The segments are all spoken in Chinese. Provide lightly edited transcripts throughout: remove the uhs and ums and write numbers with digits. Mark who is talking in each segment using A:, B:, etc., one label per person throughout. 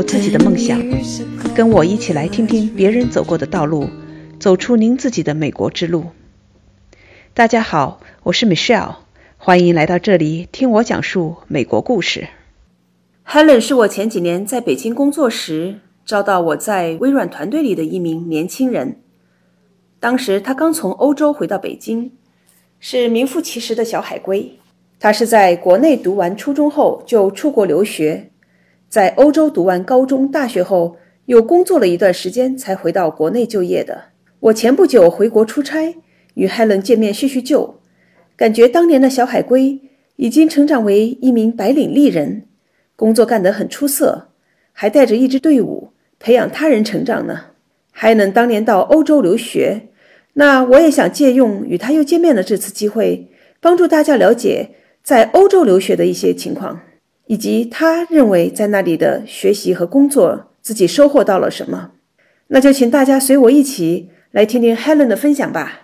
A: 自己的梦想，跟我一起来听听别人走过的道路，走出您自己的美国之路。大家好，我是 Michelle， 欢迎来到这里听我讲述美国故事。Helen 是我前几年在北京工作时招到我在微软团队里的一名年轻人。当时他刚从欧洲回到北京，是名副其实的小海归。他是在国内读完初中后就出国留学，在欧洲读完高中、大学后又工作了一段时间才回到国内就业的。我前不久回国出差，与 Helen 见面叙叙旧，感觉当年的小海归已经成长为一名白领丽人，工作干得很出色，还带着一支队伍培养他人成长呢。Helen 当年到欧洲留学，那我也想借用与他又见面的这次机会，帮助大家了解在欧洲留学的一些情况，以及他认为在那里的学习和工作自己收获到了什么。那就请大家随我一起来听听 Helen 的分享吧。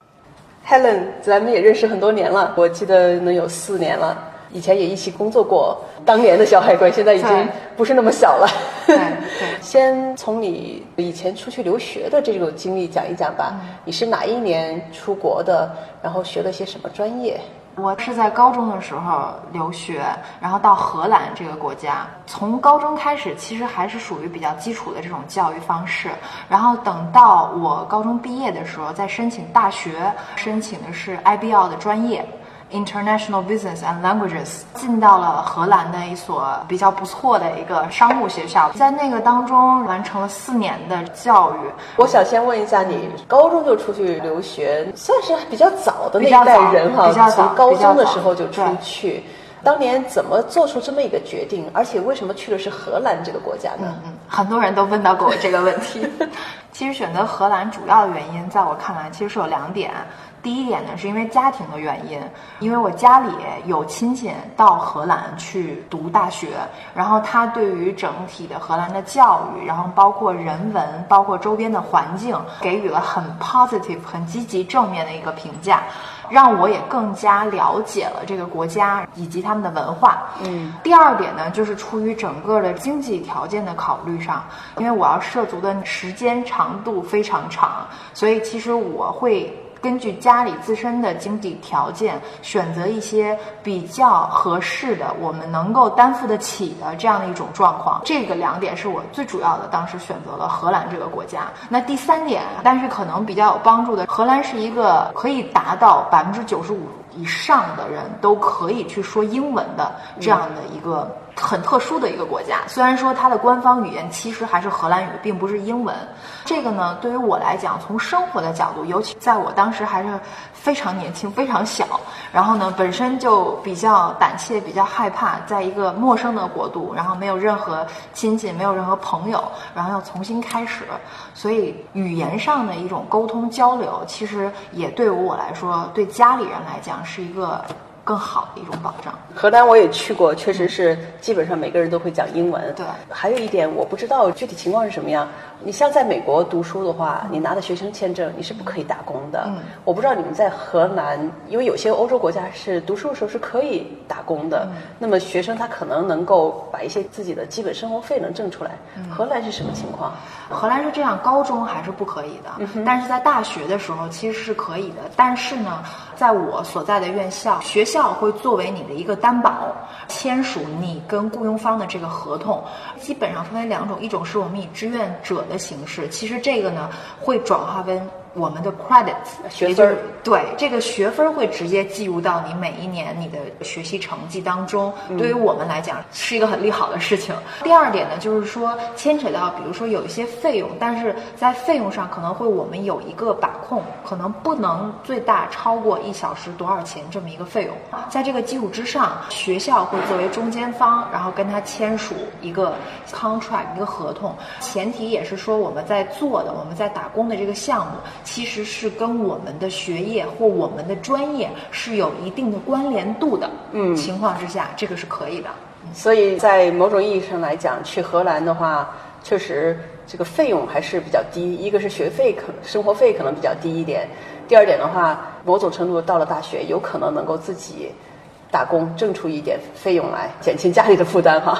B: Helen， 咱们也认识很多年了，我记得能有4年了，以前也一起工作过。当年的小海归现在已经不是那么小了。对先从你以前出去留学的这种经历讲一讲吧。你是哪一年出国的，然后学了些什么专业？
C: 我是在高中的时候留学，然后到荷兰这个国家。从高中开始，其实还是属于比较基础的这种教育方式。然后等到我高中毕业的时候，再申请大学，申请的是 IBL 的专业。International Business and Languages， 进到了荷兰的一所比较不错的一个商务学校，在那个当中完成了4年的教育。
B: 我想先问一下，你高中就出去留学，算是比较早的那一代人哈，从高中的时候就出去。当年怎么做出这么一个决定？而且为什么去的是荷兰这个国家呢？
C: 很多人都问到过我这个问题。其实选择荷兰主要的原因，在我看来，其实是有2点。第一点呢，是因为家庭的原因，因为我家里有亲戚到荷兰去读大学，然后他对于整体的荷兰的教育，然后包括人文，包括周边的环境，给予了很 positive、很积极、正面的一个评价，让我也更加了解了这个国家以及他们的文化。第二点呢，就是出于整个的经济条件的考虑上，因为我要涉足的时间长度非常长，所以其实我会根据家里自身的经济条件，选择一些比较合适的，我们能够担负得起的这样的一种状况。这个2点是我最主要的，当时选择了荷兰这个国家。那第3点，但是可能比较有帮助的，荷兰是一个可以达到95%以上的人都可以去说英文的这样的一个很特殊的一个国家。虽然说它的官方语言其实还是荷兰语，并不是英文。这个呢，对于我来讲，从生活的角度，尤其在我当时还是非常年轻、非常小，然后呢，本身就比较胆怯、比较害怕，在一个陌生的国度，然后没有任何亲戚、没有任何朋友，然后要重新开始，所以语言上的一种沟通交流，其实也对于我来说，对家里人来讲是一个更好的一种保障。
B: 荷兰我也去过，确实是基本上每个人都会讲英文。
C: 对，
B: 还有一点我不知道具体情况是什么样。你像在美国读书的话，你拿的学生签证你是不可以打工的。我不知道你们在荷兰，因为有些欧洲国家是读书的时候是可以打工的，那么学生他可能能够把一些自己的基本生活费能挣出来。荷兰是什么情况？
C: 荷兰是这样，高中还是不可以的，但是在大学的时候其实是可以的。但是呢，在我所在的院校，学校会作为你的一个担保，签署你跟雇佣方的这个合同。基本上分为2种，一种是我们以志愿者的形式，其实这个呢会转化为我们的 credits
B: 学分，
C: 对，这个学分会直接计入到你每一年你的学习成绩当中，对于我们来讲是一个很利好的事情。第2点呢，就是说牵扯到比如说有一些费用，但是在费用上可能会我们有一个把控，可能不能最大超过1小时多少钱这么一个费用。在这个基础之上，学校会作为中间方，然后跟他签署一个 contract 一个合同，前提也是说我们在做的我们在打工的这个项目其实是跟我们的学业或我们的专业是有一定的关联度的情况之下，这个是可以的。
B: 所以在某种意义上来讲，去荷兰的话，确实这个费用还是比较低。一个是学费生活费可能比较低一点，第2点的话，某种程度到了大学，有可能能够自己打工挣出一点费用来，减轻家里的负担哈。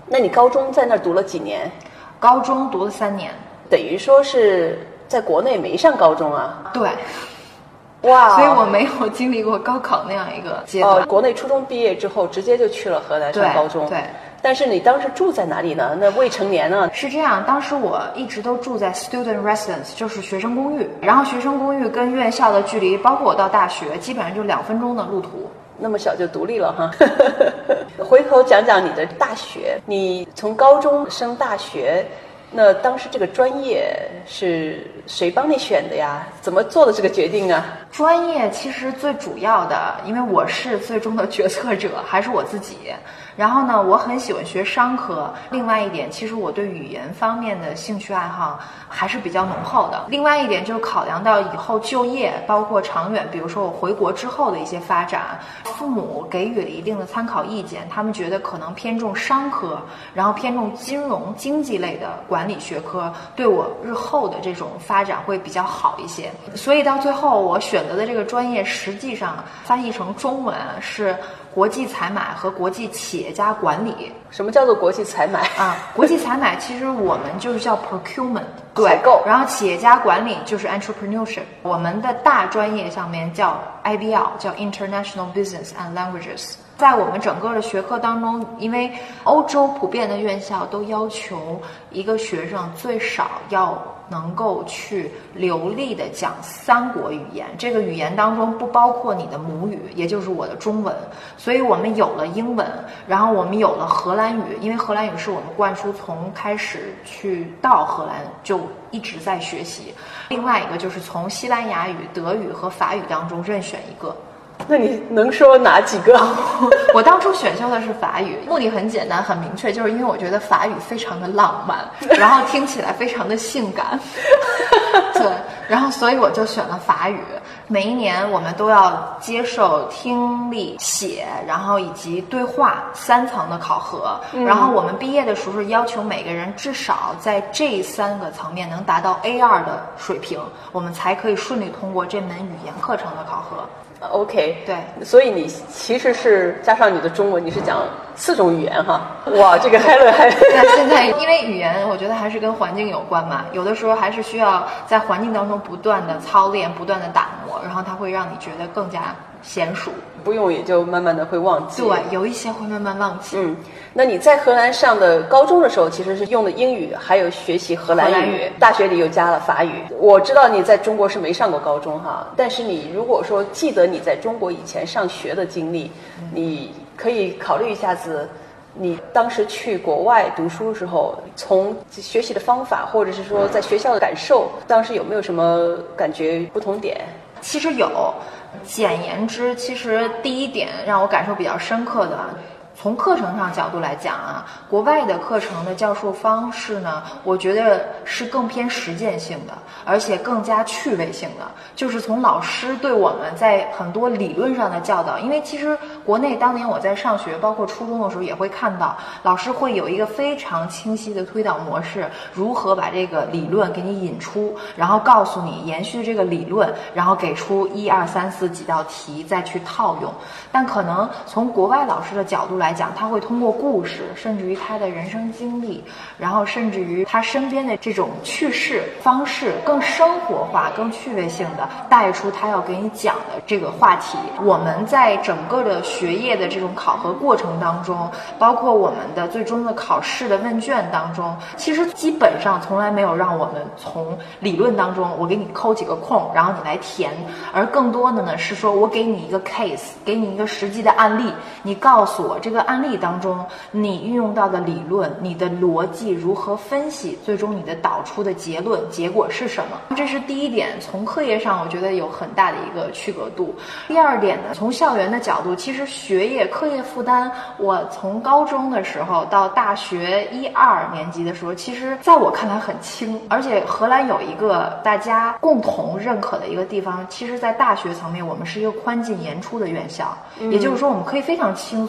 B: 那你高中在那儿读了几年？
C: 高中读了3年，
B: 等于说是在国内没上高中啊？
C: 对。
B: 哇，
C: 所以我没有经历过高考那样一个阶段。
B: 国内初中毕业之后，直接就去了荷兰上高中。
C: 对。
B: 但是你当时住在哪里呢？那未成年呢？
C: 是这样，当时我一直都住在 student residence， 就是学生公寓。然后学生公寓跟院校的距离，包括我到大学，基本上就2分钟的路途。
B: 那么小就独立了哈。回头讲讲你的大学，你从高中升大学，那当时这个专业是谁帮你选的呀？怎么做的这个决定啊？
C: 专业其实最主要的，因为我是最终的决策者，还是我自己。然后呢，我很喜欢学商科。另外一点，其实我对语言方面的兴趣爱好还是比较浓厚的。另外一点就是考量到以后就业，包括长远，比如说我回国之后的一些发展，父母给予了一定的参考意见，他们觉得可能偏重商科，然后偏重金融经济类的管理学科，对我日后的这种发展会比较好一些。所以到最后，我选择的这个专业实际上翻译成中文是国际采买和国际企业家管理。
B: 什么叫做国际采买
C: 啊？国际采买其实我们就是叫 procurement，
B: 采购。
C: 然后企业家管理就是 entrepreneurship。我们的大专业上面叫 IBL， 叫 International Business and Languages。在我们整个的学科当中，因为欧洲普遍的院校都要求一个学生最少要能够去流利的讲3国语言，这个语言当中不包括你的母语，也就是我的中文。所以我们有了英文，然后我们有了荷兰语，因为荷兰语是我们灌输从开始去到荷兰就一直在学习。另外一个就是从西班牙语、德语和法语当中任选一个。
B: 那你能说哪几个？
C: 我当初选修的是法语，目的很简单很明确，就是因为我觉得法语非常的浪漫，然后听起来非常的性感。对，然后所以我就选了法语。每一年我们都要接受听力、写，然后以及对话3层的考核。然后我们毕业的时候是要求每个人至少在这3个层面能达到 A2 的水平，我们才可以顺利通过这门语言课程的考核。
B: OK，
C: 对，
B: 所以你其实是加上你的中文，你是讲4种语言哈。哇，这个Helen还
C: 那现在因为语言，我觉得还是跟环境有关嘛，有的时候还是需要在环境当中不断的操练，不断的打磨，然后它会让你觉得更加娴熟。
B: 不用也就慢慢的会忘记。
C: 对，有一些会慢慢忘记。
B: 那你在荷兰上的高中的时候，其实是用的英语，还有学习荷兰语，大学里又加了法语。我知道你在中国是没上过高中哈，但是你如果说记得你在中国以前上学的经历，你可以考虑一下子，你当时去国外读书的时候，从学习的方法，或者是说在学校的感受，当时有没有什么感觉不同点？
C: 其实有，简言之，其实第一点让我感受比较深刻的，从课程上角度来讲啊，国外的课程的教授方式呢，我觉得是更偏实践性的，而且更加趣味性的，就是从老师对我们在很多理论上的教导。因为其实国内当年我在上学，包括初中的时候也会看到，老师会有一个非常清晰的推导模式，如何把这个理论给你引出，然后告诉你延续这个理论，然后给出1、2、3、4几道题再去套用。但可能从国外老师的角度来讲，他会通过故事，甚至于他的人生经历，然后甚至于他身边的这种趣事方式，更生活化、更趣味性的带出他要给你讲的这个话题。我们在整个的学业的这种考核过程当中，包括我们的最终的考试的问卷当中，其实基本上从来没有让我们从理论当中我给你抠几个空，然后你来填，而更多的呢是说我给你一个 case， 给你一个实际的案例，你告诉我这个案例当中你运用到的理论，你的逻辑如何分析，最终你的导出的结论结果是什么。这是第一点，从课业上我觉得有很大的一个区隔度。第二点呢，从校园的角度，其实学业课业负担，我从高中的时候到大学1、2年级的时候，其实在我看来很轻。而且荷兰有一个大家共同认可的一个地方，其实在大学层面我们是一个宽进严出的院校，也就是说我们可以非常轻松的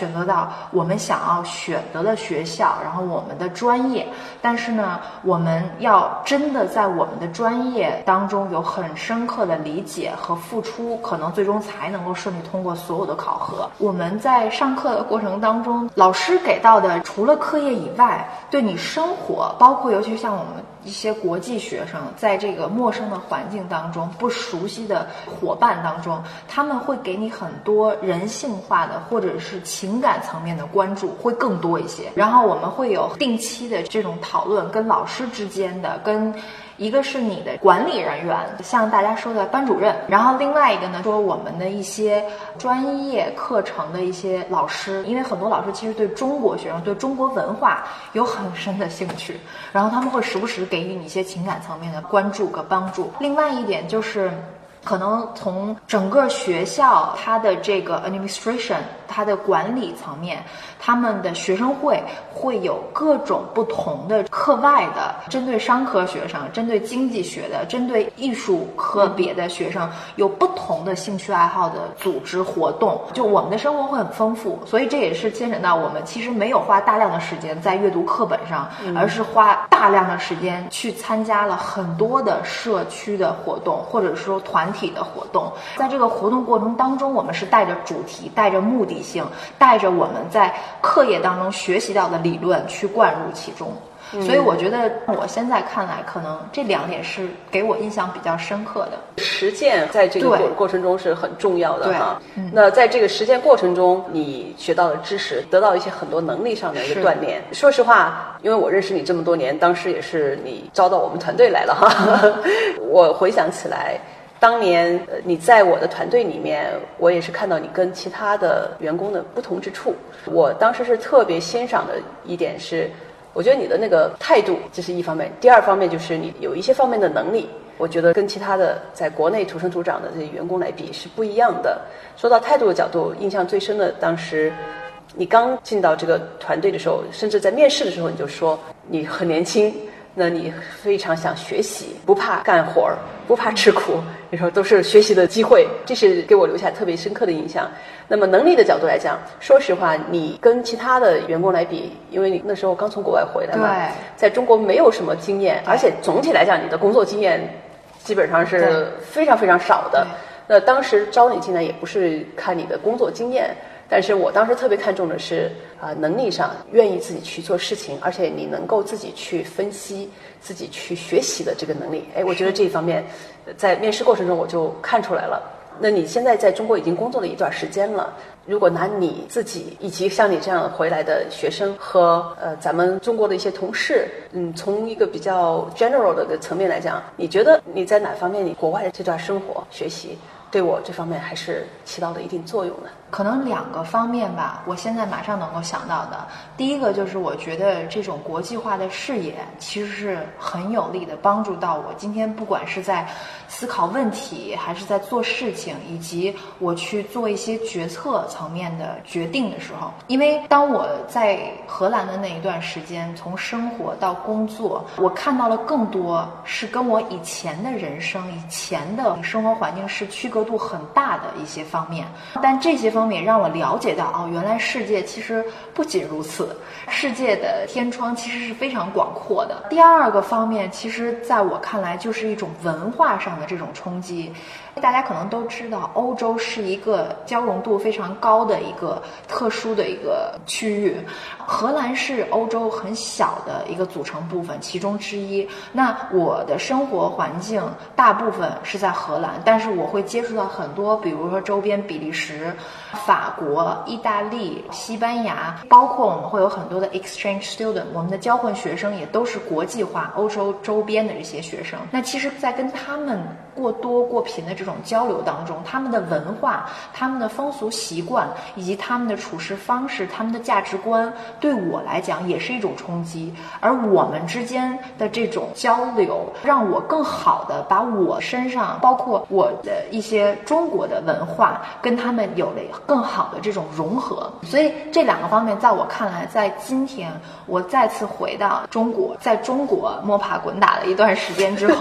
C: 选择到我们想要选择的学校，然后我们的专业。但是呢，我们要真的在我们的专业当中有很深刻的理解和付出，可能最终才能够顺利通过所有的考核。我们在上课的过程当中，老师给到的除了课业以外，对你生活，包括尤其像我们一些国际学生，在这个陌生的环境当中，不熟悉的伙伴当中，他们会给你很多人性化的或者是情感层面的关注，会更多一些。然后我们会有定期的这种讨论，跟老师之间的，跟一个是你的管理人员，像大家说的班主任，然后另外一个呢，说我们的一些专业课程的一些老师，因为很多老师其实对中国学生、对中国文化有很深的兴趣，然后他们会时不时给予你一些情感层面的关注和帮助。另外一点就是可能从整个学校它的这个 administration 它的管理层面，他们的学生会有各种不同的课外的，针对商科学生，针对经济学的，针对艺术科别的学生，有不同的兴趣爱好的组织活动。就我们的生活会很丰富，所以这也是牵扯到我们其实没有花大量的时间在阅读课本上，而是花大量的时间去参加了很多的社区的活动，或者说团体的活动。在这个活动过程当中，我们是带着主题，带着目的性，带着我们在课业当中学习到的理论去灌入其中。所以我觉得我现在看来，可能这两点是给我印象比较深刻的。
B: 实践在这个过程中是很重要的哈。那在这个实践过程中，你学到了知识，得到一些很多能力上的一个锻炼。说实话，因为我认识你这么多年，当时也是你招到我们团队来了哈。我回想起来，当年你在我的团队里面，我也是看到你跟其他的员工的不同之处。我当时是特别欣赏的一点是，我觉得你的那个态度，这是一方面。第二方面就是你有一些方面的能力，我觉得跟其他的在国内土生土长的这些员工来比是不一样的。说到态度的角度，印象最深的，当时你刚进到这个团队的时候，甚至在面试的时候，你就说你很年轻，那你非常想学习，不怕干活，不怕吃苦，你说都是学习的机会，这是给我留下特别深刻的印象。那么能力的角度来讲，说实话，你跟其他的员工来比，因为你那时候刚从国外回来嘛，在中国没有什么经验，而且总体来讲，你的工作经验基本上是非常非常少的。那当时招你进来也不是看你的工作经验，但是我当时特别看重的是能力上愿意自己去做事情，而且你能够自己去分析、自己去学习的这个能力。我觉得这一方面在面试过程中我就看出来了。那你现在在中国已经工作了一段时间了，如果拿你自己以及像你这样回来的学生和咱们中国的一些同事，从一个比较 general 的层面来讲，你觉得你在哪方面你国外的这段生活学习对我这方面还是起到了一定作用呢？
C: 可能两个方面吧，我现在马上能够想到的。第一个就是我觉得这种国际化的视野其实是很有力的，帮助到我今天不管是在思考问题，还是在做事情，以及我去做一些决策层面的决定的时候。因为当我在荷兰的那一段时间，从生活到工作，我看到了更多是跟我以前的人生、以前的生活环境是区隔度很大的一些方面，但这些方面让我了解到，原来世界其实不仅如此，世界的天窗其实是非常广阔的。第二个方面，其实在我看来就是一种文化上的这种冲击。大家可能都知道，欧洲是一个交融度非常高的一个特殊的一个区域，荷兰是欧洲很小的一个组成部分其中之一。那我的生活环境大部分是在荷兰，但是我会接触到很多，比如说周边比利时、法国、意大利、西班牙，包括我们会有很多的 exchange student， 我们的交换学生也都是国际化欧洲周边的这些学生。那其实在跟他们过多过频的这种交流当中，他们的文化、他们的风俗习惯，以及他们的处事方式、他们的价值观，对我来讲也是一种冲击。而我们之间的这种交流，让我更好的把我身上，包括我的一些中国的文化，跟他们有了更好的这种融合。所以这两个方面，在我看来，在今天我再次回到中国，在中国摸爬滚打了一段时间之后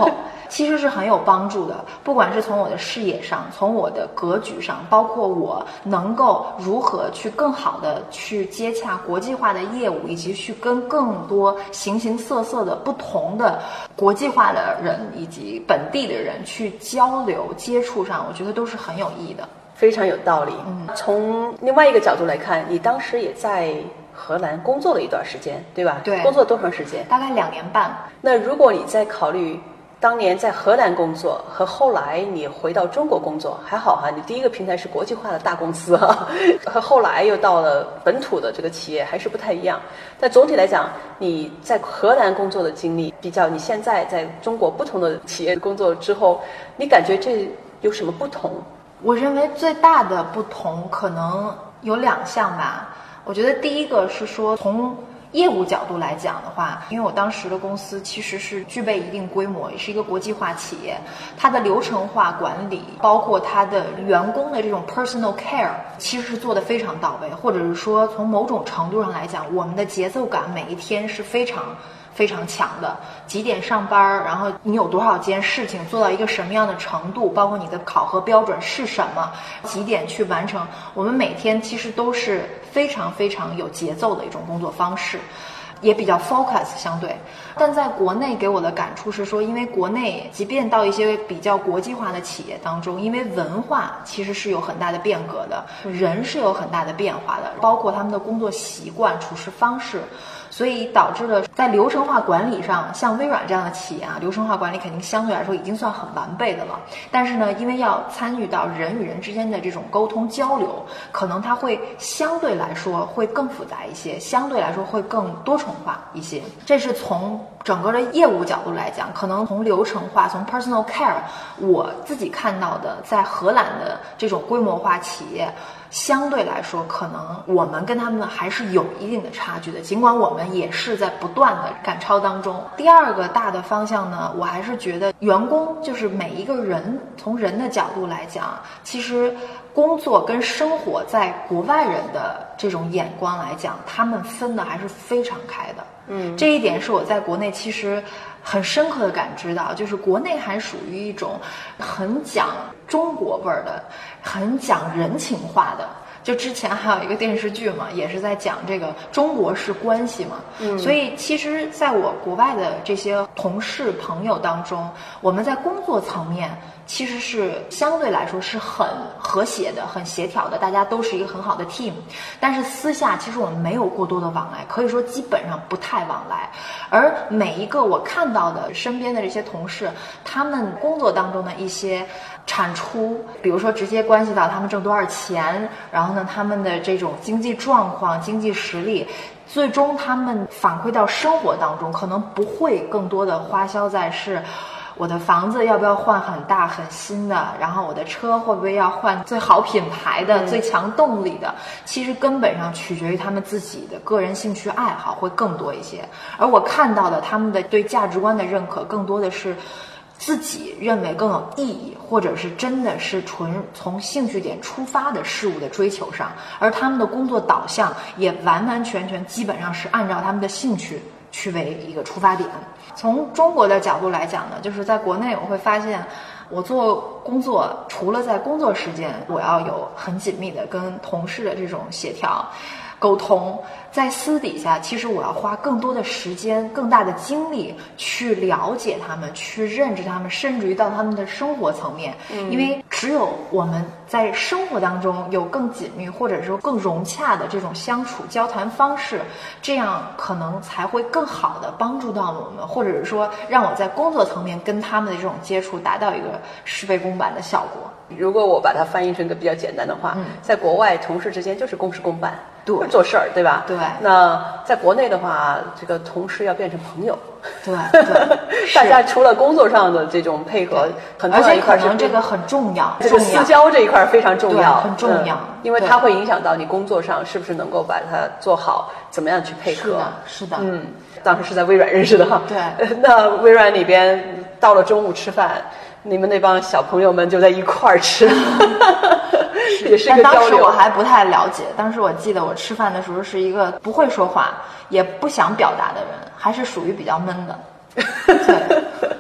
C: 其实是很有帮助的，不管是从我的视野上，从我的格局上，包括我能够如何去更好的去接洽国际化的业务，以及去跟更多形形色色的不同的国际化的人以及本地的人去交流接触上，我觉得都是很有意义的。
B: 非常有道理。从另外一个角度来看，你当时也在荷兰工作了一段时间，对吧？
C: 对，
B: 工作多长时间？
C: 大概2年半。那
B: 如果你在考虑当年在荷兰工作和后来你回到中国工作，还好哈，你第一个平台是国际化的大公司哈，和后来又到了本土的这个企业还是不太一样。但总体来讲，你在荷兰工作的经历比较你现在在中国不同的企业工作之后，你感觉这有什么不同？
C: 我认为最大的不同可能有2项吧。我觉得第一个是说，从业务角度来讲的话，因为我当时的公司其实是具备一定规模，也是一个国际化企业，它的流程化管理，包括它的员工的这种 personal care， 其实是做得非常到位，或者是说从某种程度上来讲，我们的节奏感每一天是非常强的，几点上班，然后你有多少件事情做到一个什么样的程度，包括你的考核标准是什么，几点去完成，我们每天其实都是非常有节奏的一种工作方式，也比较 focus 相对。但在国内给我的感触是说，因为国内即便到一些比较国际化的企业当中，因为文化其实是有很大的变革的，人是有很大的变化的，包括他们的工作习惯、处事方式，所以导致了在流程化管理上，像微软这样的企业啊，流程化管理肯定相对来说已经算很完备的了。但是呢，因为要参与到人与人之间的这种沟通交流，可能它会相对来说会更复杂一些，相对来说会更多重化一些。这是从整个的业务角度来讲，可能从流程化，从 personal care， 我自己看到的在荷兰的这种规模化企业，相对来说可能我们跟他们还是有一定的差距的，尽管我们也是在不断的赶超当中。第二个大的方向呢，我还是觉得员工就是每一个人，从人的角度来讲，其实工作跟生活在国外人的这种眼光来讲，他们分的还是非常开的。这一点是我在国内其实很深刻的感知到，就是国内还属于一种很讲中国味儿的，很讲人情话的。就之前还有一个电视剧嘛，也是在讲这个中国式关系嘛。所以其实在我国外的这些同事朋友当中，我们在工作层面其实是相对来说是很和谐的，很协调的，大家都是一个很好的 team。但是私下其实我们没有过多的往来，可以说基本上不太往来。而每一个我看到的身边的这些同事，他们工作当中的一些产出，比如说直接关系到他们挣多少钱，然后呢他们的这种经济状况、经济实力，最终他们反馈到生活当中，可能不会更多的花销在是我的房子要不要换很大很新的，然后我的车会不会要换最好品牌的、最强动力的，其实根本上取决于他们自己的个人兴趣爱好会更多一些。而我看到的他们的对价值观的认可更多的是自己认为更有意义，或者是真的是纯从兴趣点出发的事物的追求上，而他们的工作导向也完完全全基本上是按照他们的兴趣去为一个出发点。从中国的角度来讲呢，就是在国内我会发现，我做工作除了在工作时间我要有很紧密的跟同事的这种协调沟通，在私底下其实我要花更多的时间、更大的精力去了解他们，去认识他们，甚至于到他们的生活层面。因为只有我们在生活当中有更紧密或者说更融洽的这种相处交谈方式，这样可能才会更好的帮助到我们，或者是说让我在工作层面跟他们的这种接触达到一个事倍功半的效果。
B: 如果我把它翻译成一个比较简单的话，在国外同事之间就是公事公办，
C: 对，
B: 做事儿，对吧？
C: 对。
B: 那在国内的话，这个同事要变成朋友，
C: 对，
B: 大家除了工作上的这种配合，很重要一块是，
C: 而且可能这个很重要，
B: 这个私交这一块非常重要，
C: 很重要，
B: 因为它会影响到你工作上是不是能够把它做好，怎么样去配合。
C: 是的。
B: 当时是在微软认识的哈。
C: 对。
B: 那微软里边到了中午吃饭，你们那帮小朋友们就在一块儿吃，也是一个交流。
C: 但当时我还不太了解，当时我记得我吃饭的时候是一个不会说话也不想表达的人，还是属于比较闷的。对。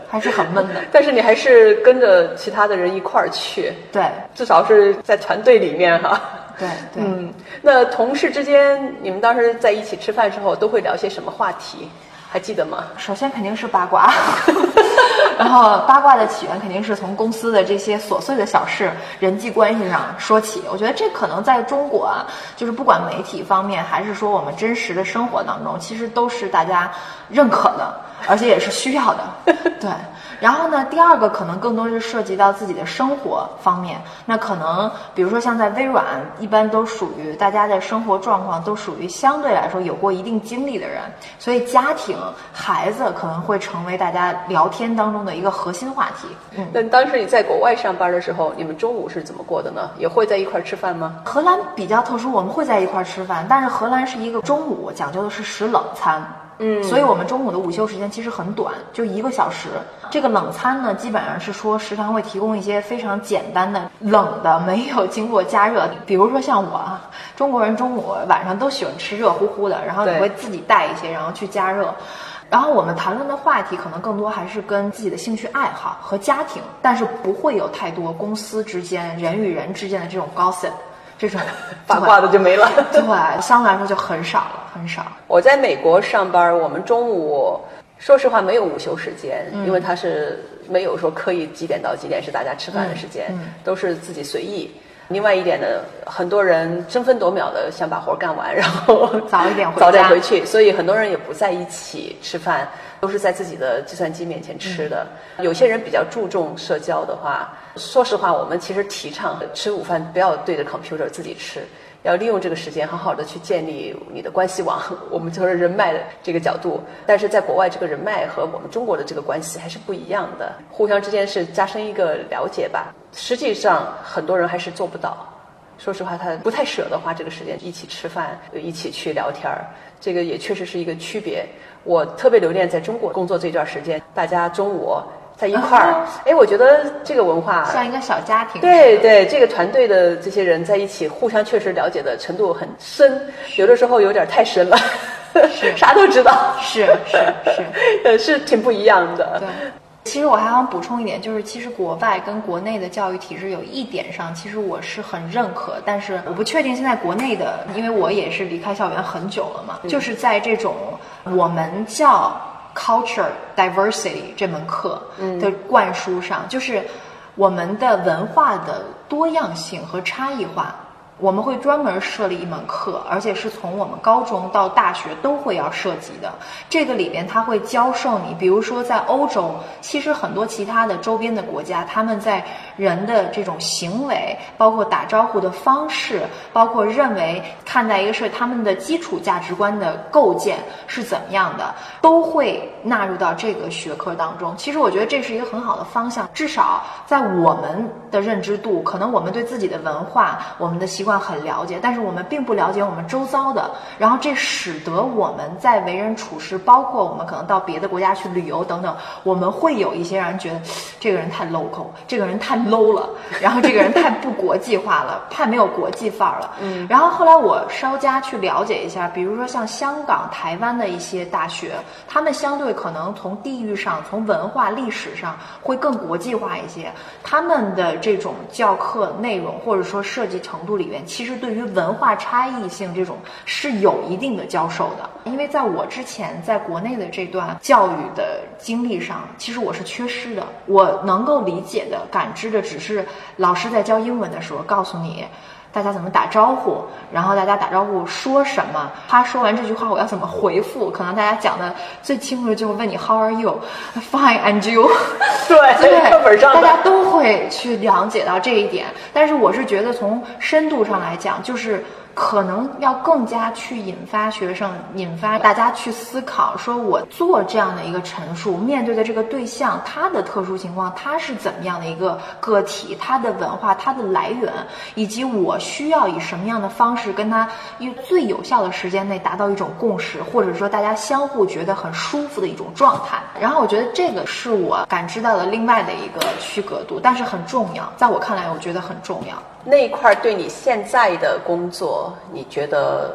C: 还是很闷的。
B: 但是你还是跟着其他的人一块儿去，
C: 对，
B: 至少是在团队里面哈。
C: 对对，
B: 那同事之间，你们当时在一起吃饭之后都会聊些什么话题？还记得吗？
C: 首先肯定是八卦，然后八卦的起源肯定是从公司的这些琐碎的小事、人际关系上说起。我觉得这可能在中国啊，就是不管媒体方面，还是说我们真实的生活当中，其实都是大家认可的，而且也是需要的。对。然后呢，第二个可能更多是涉及到自己的生活方面。那可能比如说像在微软，一般都属于大家的生活状况都属于相对来说有过一定经历的人，所以家庭、孩子可能会成为大家聊天当中的一个核心话题。
B: 那当时你在国外上班的时候，你们中午是怎么过的呢？也会在一块吃饭吗？
C: 荷兰比较特殊，我们会在一块吃饭，但是荷兰是一个中午讲究的是食冷餐。所以我们中午的午休时间其实很短，就1个小时。这个冷餐呢，基本上是说食堂会提供一些非常简单的冷的，没有经过加热的。比如说像我啊，中国人中午晚上都喜欢吃热乎乎的，然后你会自己带一些，然后去加热。然后我们谈论的话题可能更多还是跟自己的兴趣爱好和家庭，但是不会有太多公司之间人与人之间的这种 gossip。这种
B: 八卦的就没了，
C: 对，相对来说就很少了，很少。
B: 我在美国上班，我们中午说实话没有午休时间，因为它是没有说刻意几点到几点是大家吃饭的时间，都是自己随意。另外一点呢，很多人争分夺秒的想把活干完，然后
C: 早一点回家，
B: 早点回去，所以很多人也不在一起吃饭，都是在自己的计算机面前吃的。有些人比较注重社交的话，说实话，我们其实提倡吃午饭不要对着 computer 自己吃，要利用这个时间好好的去建立你的关系网，我们就是人脉的这个角度。但是在国外，这个人脉和我们中国的这个关系还是不一样的，互相之间是加深一个了解吧。实际上很多人还是做不到，说实话他不太舍得花这个时间一起吃饭，一起去聊天，这个也确实是一个区别。我特别留恋在中国工作这段时间，大家中午在一块儿，我觉得这个文化
C: 像一个小家庭。
B: 对对，这个团队的这些人在一起，互相确实了解的程度很深，有的时候有点太深了，
C: 是
B: 啥都知道，
C: 是
B: 是挺不一样的。
C: 对。其实我还想补充一点，就是其实国外跟国内的教育体制有一点上，其实我是很认可，但是我不确定现在国内的，因为我也是离开校园很久了嘛，就是在这种我们叫 culture diversity 这门课的灌输上，就是我们的文化的多样性和差异化。我们会专门设立一门课，而且是从我们高中到大学都会要涉及的。这个里边它会教授你，比如说在欧洲，其实很多其他的周边的国家，他们在人的这种行为，包括打招呼的方式，包括认为看待一个事，他们的基础价值观的构建是怎么样的，都会纳入到这个学科当中。其实我觉得这是一个很好的方向，至少在我们的认知度，可能我们对自己的文化、我们的习惯很了解，但是我们并不了解我们周遭的，然后这使得我们在为人处事，包括我们可能到别的国家去旅游等等，我们会有一些让人觉得这个人太 local， 这个人太 low 了，然后这个人太不国际化了，太没有国际范儿了。然后后来我稍加去了解一下，比如说像香港、台湾的一些大学，他们相对可能从地域上、从文化历史上会更国际化一些，他们的这种教课内容或者说设计程度里面，其实对于文化差异性这种是有一定的教授的。因为在我之前在国内的这段教育的经历上，其实我是缺失的，我能够理解的、感知的只是老师在教英文的时候告诉你大家怎么打招呼，然后大家打招呼说什么，他说完这句话我要怎么回复，可能大家讲的最清楚的就是问你 How are you? Fine, and you?
B: 对，课本上
C: 大家都会去了解到这一点。但是我是觉得从深度上来讲，就是可能要更加去引发学生，引发大家去思考，说我做这样的一个陈述，面对的这个对象，他的特殊情况，他是怎么样的一个个体，他的文化，他的来源，以及我需要以什么样的方式跟他以最有效的时间内达到一种共识，或者说大家相互觉得很舒服的一种状态。然后我觉得这个是我感知到的另外的一个区隔度，但是很重要，在我看来我觉得很重要。
B: 那一块对你现在的工作你觉得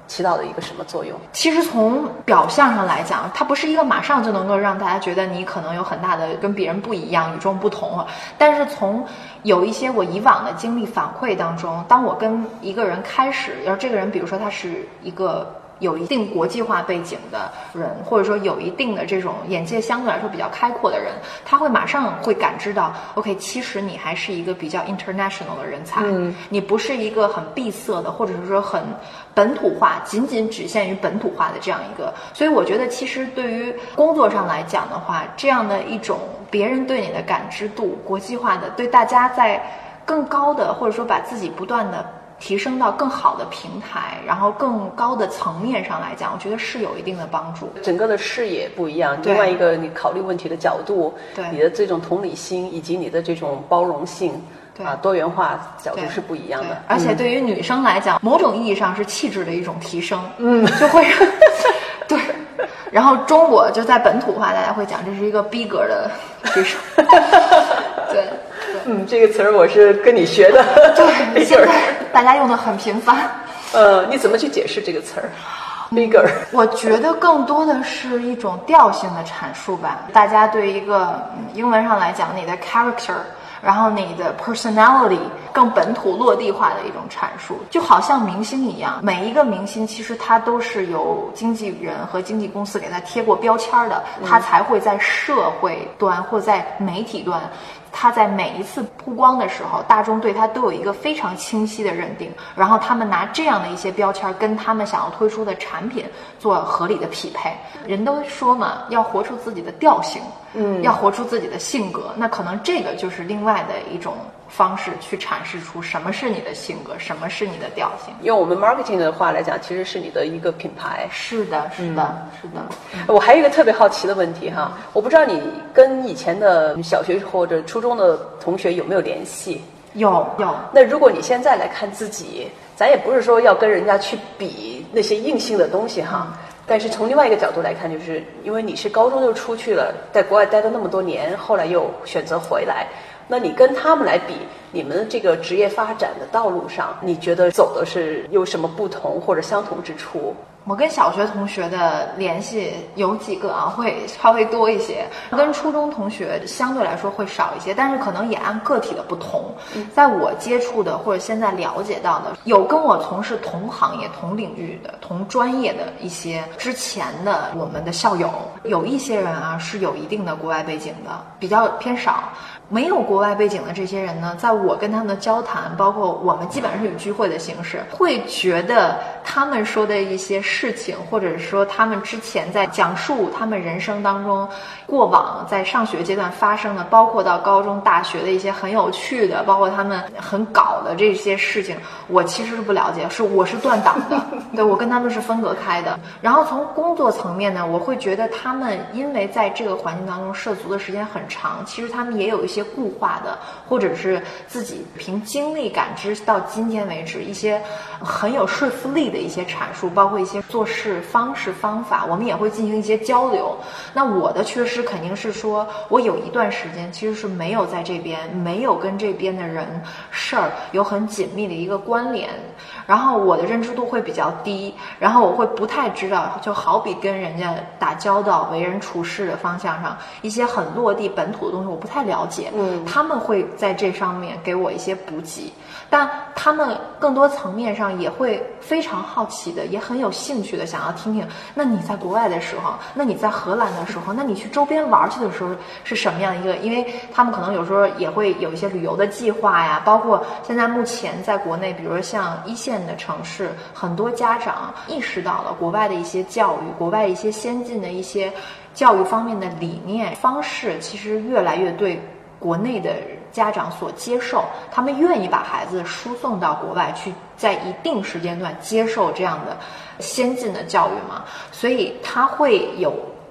B: 起到了一个什么作用？
C: 其实从表象上来讲，它不是一个马上就能够让大家觉得你可能有很大的跟别人不一样、与众不同。但是从有一些我以往的经历反馈当中，当我跟一个人开始，要这个人比如说他是一个有一定国际化背景的人，或者说有一定的这种眼界相对来说比较开阔的人，他会马上会感知到 OK， 其实你还是一个比较 international 的人才，你不是一个很闭塞的，或者是说很本土化，仅仅只限于本土化的这样一个。所以我觉得其实对于工作上来讲的话，这样的一种别人对你的感知度，国际化的，对大家在更高的，或者说把自己不断的提升到更好的平台，然后更高的层面上来讲，我觉得是有一定的帮助。
B: 整个的视野不一样，另外一个你考虑问题的角度，
C: 对
B: 你的这种同理心以及你的这种包容性，多元化角度是不一样的。
C: 而且对于女生来讲，某种意义上是气质的一种提升，就会对。然后中国就在本土化，大家会讲这是一个逼格的提升，对。
B: 这个词儿我是跟你学的。
C: 对，现在大家用的很频繁。
B: 你怎么去解释这个词儿 ？bigger，
C: 我觉得更多的是一种调性的阐述吧。大家对一个英文上来讲，你的 character， 然后你的 personality 更本土落地化的一种阐述，就好像明星一样，每一个明星其实他都是由经纪人和经纪公司给他贴过标签的，他才会在社会端或在媒体端。他在每一次曝光的时候，大众对他都有一个非常清晰的认定，然后他们拿这样的一些标签跟他们想要推出的产品做合理的匹配。人都说嘛，要活出自己的调性，要活出自己的性格，那可能这个就是另外的一种方式去阐释出什么是你的性格，什么是你的调性。
B: 用我们 marketing 的话来讲，其实是你的一个品牌。
C: 是的，是的，是的。
B: 我还有一个特别好奇的问题哈，我不知道你跟以前的小学或者初中的同学有没有联系？
C: 有。
B: 那如果你现在来看自己，咱也不是说要跟人家去比那些硬性的东西哈。但是从另外一个角度来看，就是因为你是高中就出去了，在国外待了那么多年，后来又选择回来，那你跟他们来比，你们这个职业发展的道路上，你觉得走的是有什么不同或者相同之处？
C: 我跟小学同学的联系有几个会稍微多一些，跟初中同学相对来说会少一些，但是可能也按个体的不同。在我接触的或者现在了解到的，有跟我从事同行业、同领域的、同专业的一些之前的我们的校友，有一些人是有一定的国外背景的，比较偏少。没有国外背景的这些人呢，在我跟他们的交谈，包括我们基本上是以聚会的形式，会觉得他们说的一些事情，或者说他们之前在讲述他们人生当中过往在上学阶段发生的，包括到高中大学的一些很有趣的，包括他们很搞的这些事情，我其实是不了解，我是断档的，对，我跟他们是分隔开的。然后从工作层面呢，我会觉得他们因为在这个环境当中涉足的时间很长，其实他们也有一些固化的，或者是自己凭经历感知到今天为止一些很有说服力的一些阐述，包括一些做事方式方法，我们也会进行一些交流。那我的缺失肯定是说，我有一段时间其实是没有在这边，没有跟这边的人事儿有很紧密的一个关联，然后我的认知度会比较低，然后我会不太知道，就好比跟人家打交道、为人处事的方向上一些很落地本土的东西，我不太了解。他们会在这上面给我一些补给，但他们更多层面上也会非常好奇的，也很有兴趣的想要听听，那你在国外的时候，那你在荷兰的时候，那你去周边玩去的时候是什么样一个，因为他们可能有时候也会有一些旅游的计划呀，包括现在目前在国内，比如说像一线的城市，很多家长意识到了国外的一些教育，国外一些先进的一些教育方面的理念方式，其实越来越对国内的家长所接受，他们愿意把孩子输送到国外去，在一定时间段接受这样的先进的教育嘛，所以他会有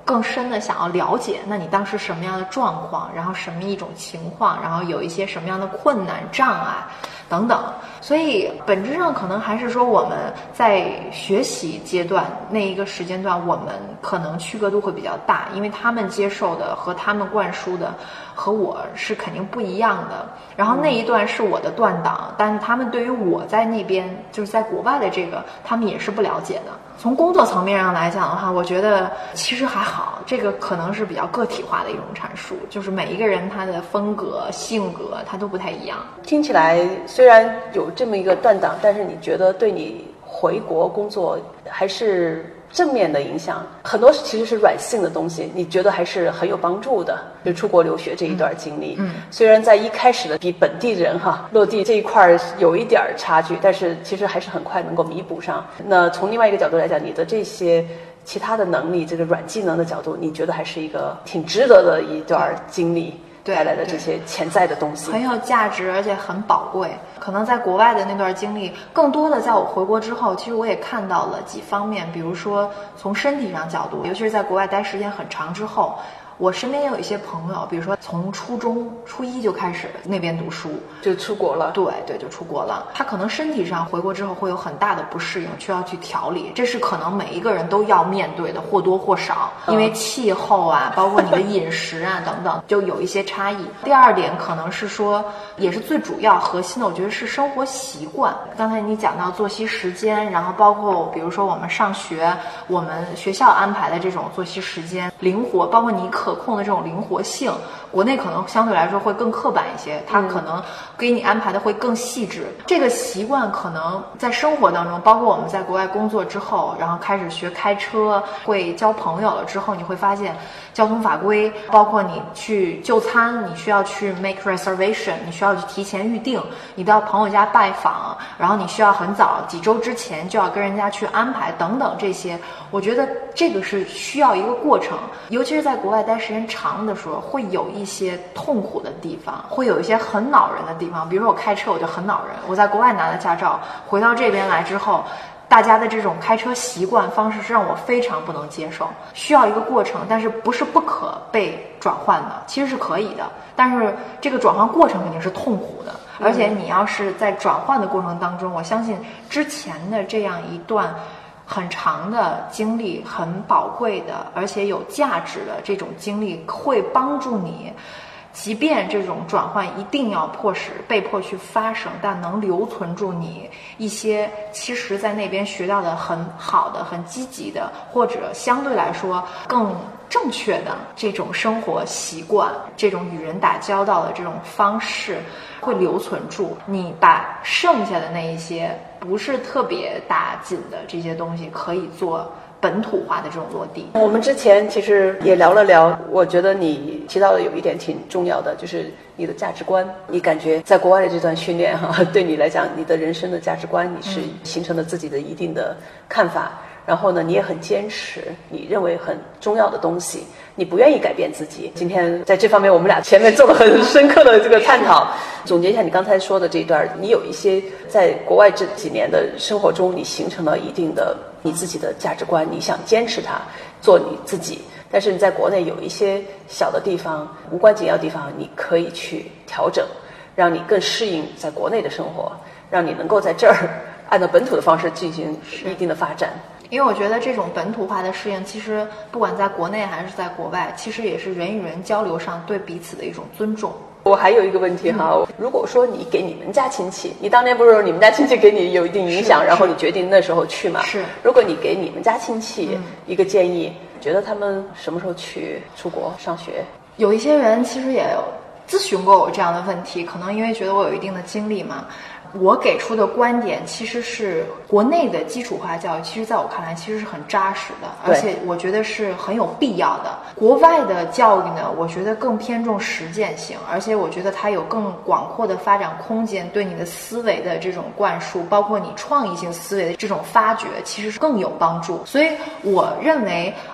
C: 更深的想要了解，那你当时什么样的状况，然后什么一种情况，然后有一些什么样的困难障碍等等。所以本质上可能还是说我们在学习阶段那一个时间段，我们可能区隔度会比较大，因为他们接受的和他们灌输的和我是肯定不一样的。然后那一段是我的断档，但是他们对于我在那边就是在国外的这个，他们也是不了解的。从工作层面上来讲的话，我觉得其实还好，这个可能是比较个体化的一种阐述，就是每一个人他的风格、性格他都不太一样。
B: 听起来虽然有这么一个断档，但是你觉得对你回国工作还是正面的影响，很多其实是软性的东西，你觉得还是很有帮助的。就出国留学这一段经历，虽然在一开始的比本地人落地这一块有一点差距，但是其实还是很快能够弥补上。那从另外一个角度来讲，你的这些其他的能力，这个软技能的角度，你觉得还是一个挺值得的一段经历带来的这些潜在的东西，
C: 很有价值，而且很宝贵。可能在国外的那段经历，更多的在我回国之后，其实我也看到了几方面，比如说从身体上角度，尤其是在国外待时间很长之后，我身边也有一些朋友，比如说从初中初一就开始那边读书，
B: 就出国了。
C: 对，就出国了。他可能身体上回国之后会有很大的不适应，需要去调理，这是可能每一个人都要面对的，或多或少，因为气候啊，包括你的饮食啊等等，就有一些差异。第二点可能是说，也是最主要核心的，我觉得是生活习惯。刚才你讲到作息时间，然后包括比如说我们上学，我们学校安排的这种作息时间灵活，包括你可控的这种灵活性，国内可能相对来说会更刻板一些，它可能给你安排的会更细致。这个习惯可能在生活当中，包括我们在国外工作之后，然后开始学开车，会交朋友了之后，你会发现交通法规，包括你去就餐，你需要去 make reservation， 你需要去提前预定，你到朋友家拜访，然后你需要很早几周之前就要跟人家去安排等等，这些我觉得这个是需要一个过程，尤其是在国外待时间长的时候，会有一些痛苦的地方，会有一些很恼人的地方。比如说我开车我就很恼人，我在国外拿了驾照，回到这边来之后，大家的这种开车习惯方式是让我非常不能接受，需要一个过程，但是不是不可被转换的，其实是可以的，但是这个转换过程肯定是痛苦的，而且你要是在转换的过程当中，我相信之前的这样一段很长的经历，很宝贵的而且有价值的这种经历，会帮助你，即便这种转换一定要被迫去发生，但能留存住你一些其实在那边学到的很好的、很积极的，或者相对来说更正确的这种生活习惯，这种与人打交道的这种方式会留存住。你把剩下的那一些不是特别打紧的这些东西可以做本土化的这种落地。
B: 我们之前其实也聊了聊，我觉得你提到的有一点挺重要的，就是你的价值观。你感觉在国外的这段训练对你来讲，你的人生的价值观，你是形成了自己的一定的看法。然后呢，你也很坚持你认为很重要的东西，你不愿意改变自己。今天在这方面我们俩前面做了很深刻的这个探讨。总结一下你刚才说的这一段，你有一些在国外这几年的生活中，你形成了一定的你自己的价值观，你想坚持它，做你自己。但是你在国内有一些小的地方，无关紧要的地方，你可以去调整，让你更适应在国内的生活，让你能够在这儿按照本土的方式进行一定的发展。
C: 因为我觉得这种本土化的适应，其实不管在国内还是在国外，其实也是人与人交流上对彼此的一种尊重。
B: 我还有一个问题如果说你给你们家亲戚，你当年不是你们家亲戚给你有一定影响，然后你决定那时候去嘛？
C: 是。
B: 如果你给你们家亲戚一个建议，觉得他们什么时候去出国上学？
C: 有一些人其实也咨询过我这样的问题，可能因为觉得我有一定的经历嘛。我给出的观点其实是国内的基础化教育，其实在我看来其实是很扎实的，而且我觉得是很有必要的。国外的教育呢，我觉得更偏重实践性，而且我觉得它有更广阔的发展空间，对你的思维的这种灌输，包括你创意性思维的这种发掘，其实是更有帮助。所以我认为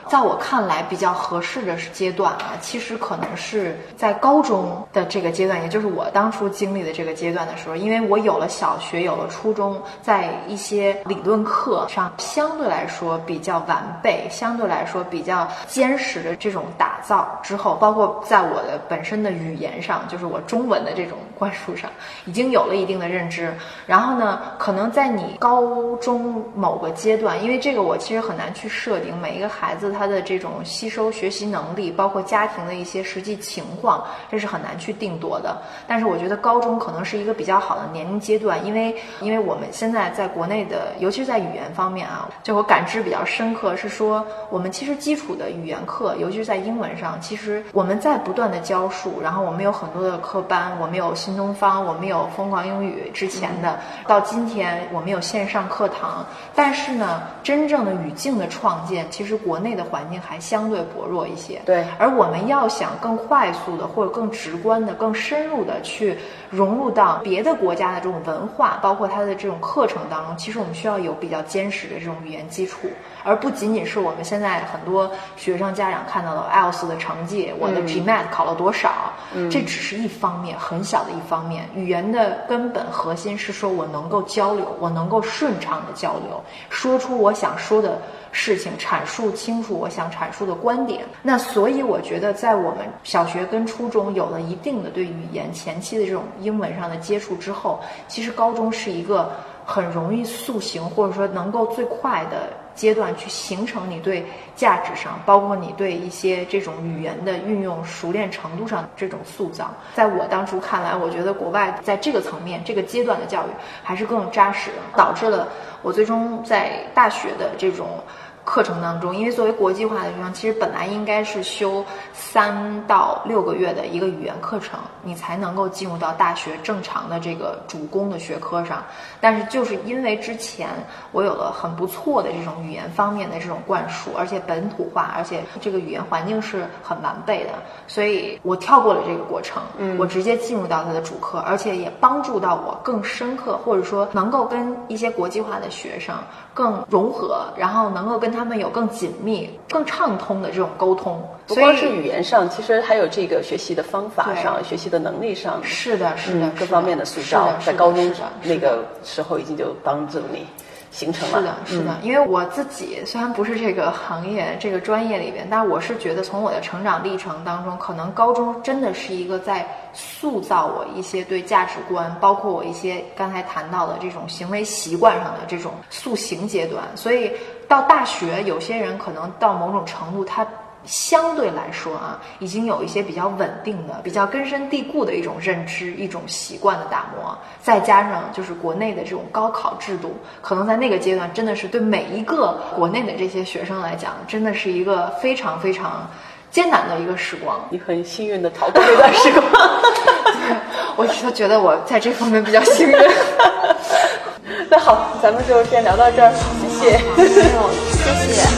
C: 在我看来比较合适的阶段啊，其实可能是在高中的这个阶段，也就是我当初经历的这个阶段的时候，因为我有了小学，有了初中，在一些理论课上相对来说比较完备，相对来说比较坚实的这种打造之后，包括在我的本身的语言上，就是我中文的这种灌输上，已经有了一定的认知。然后呢，可能在你高中某个阶段，因为这个我其实很难去设定每一个孩子他的这种吸收学习能力，包括家庭的一些实际情况，这是很难去定夺的。但是我觉得高中可能是一个比较好的年龄阶段，因为我们现在在国内的，尤其是在语言方面啊，就我感知比较深刻，是说我们其实基础的语言课，尤其是在英文上，其实我们在不断的教述，然后我们有很多的课班，我们有新东方，我们有疯狂英语之前的，到今天我们有线上课堂，但是呢，真正的语境的创建，其实国内的环境还相对薄弱一些。
B: 对，
C: 而我们要想更快速的或者更直观的、更深入的去融入到别的国家的这种文化，包括它的这种课程当中，其实我们需要有比较坚实的这种语言基础，而不仅仅是我们现在很多学生家长看到的 IELTS 的成绩，我的 GMAT 考了多少，这只是一方面，很小的一方面。语言的根本核心是说我能够交流，我能够顺畅的交流，说出我想说的事情，阐述清楚我想阐述的观点。那所以我觉得在我们小学跟初中有了一定的对语言前期的这种英文上的接触之后，其实高中是一个很容易塑形，或者说能够最快的阶段去形成你对价值上，包括你对一些这种语言的运用熟练程度上这种塑造。在我当初看来，我觉得国外在这个层面这个阶段的教育还是更扎实的，导致了我最终在大学的这种课程当中，因为作为国际化的学生，其实本来应该是修3到6个月的一个语言课程，你才能够进入到大学正常的这个主攻的学科上。但是就是因为之前我有了很不错的这种语言方面的这种灌输，而且本土化，而且这个语言环境是很完备的，所以我跳过了这个过程，我直接进入到它的主课，而且也帮助到我更深刻，或者说能够跟一些国际化的学生更融合，然后能够跟他们有更紧密、更畅通的这种沟通。
B: 不光是语言上，其实还有这个学习的方法上、学习的能力上，
C: 是的，
B: 各方面的塑造，在高中那个时候已经就帮助你形成了。
C: 是的，因为我自己虽然不是这个行业、这个专业里边，但我是觉得从我的成长历程当中，可能高中真的是一个在塑造我一些对价值观，包括我一些刚才谈到的这种行为习惯上的这种塑形阶段。所以到大学，有些人可能到某种程度，他相对来说啊，已经有一些比较稳定的、比较根深蒂固的一种认知、一种习惯的打磨，再加上就是国内的这种高考制度，可能在那个阶段真的是对每一个国内的这些学生来讲，真的是一个非常非常艰难的一个时光。
B: 你很幸运的逃过这段时光。
C: 我就觉得我在这方面比较幸运。
B: 那好，咱们就先聊到这儿，谢谢。
C: 谢谢。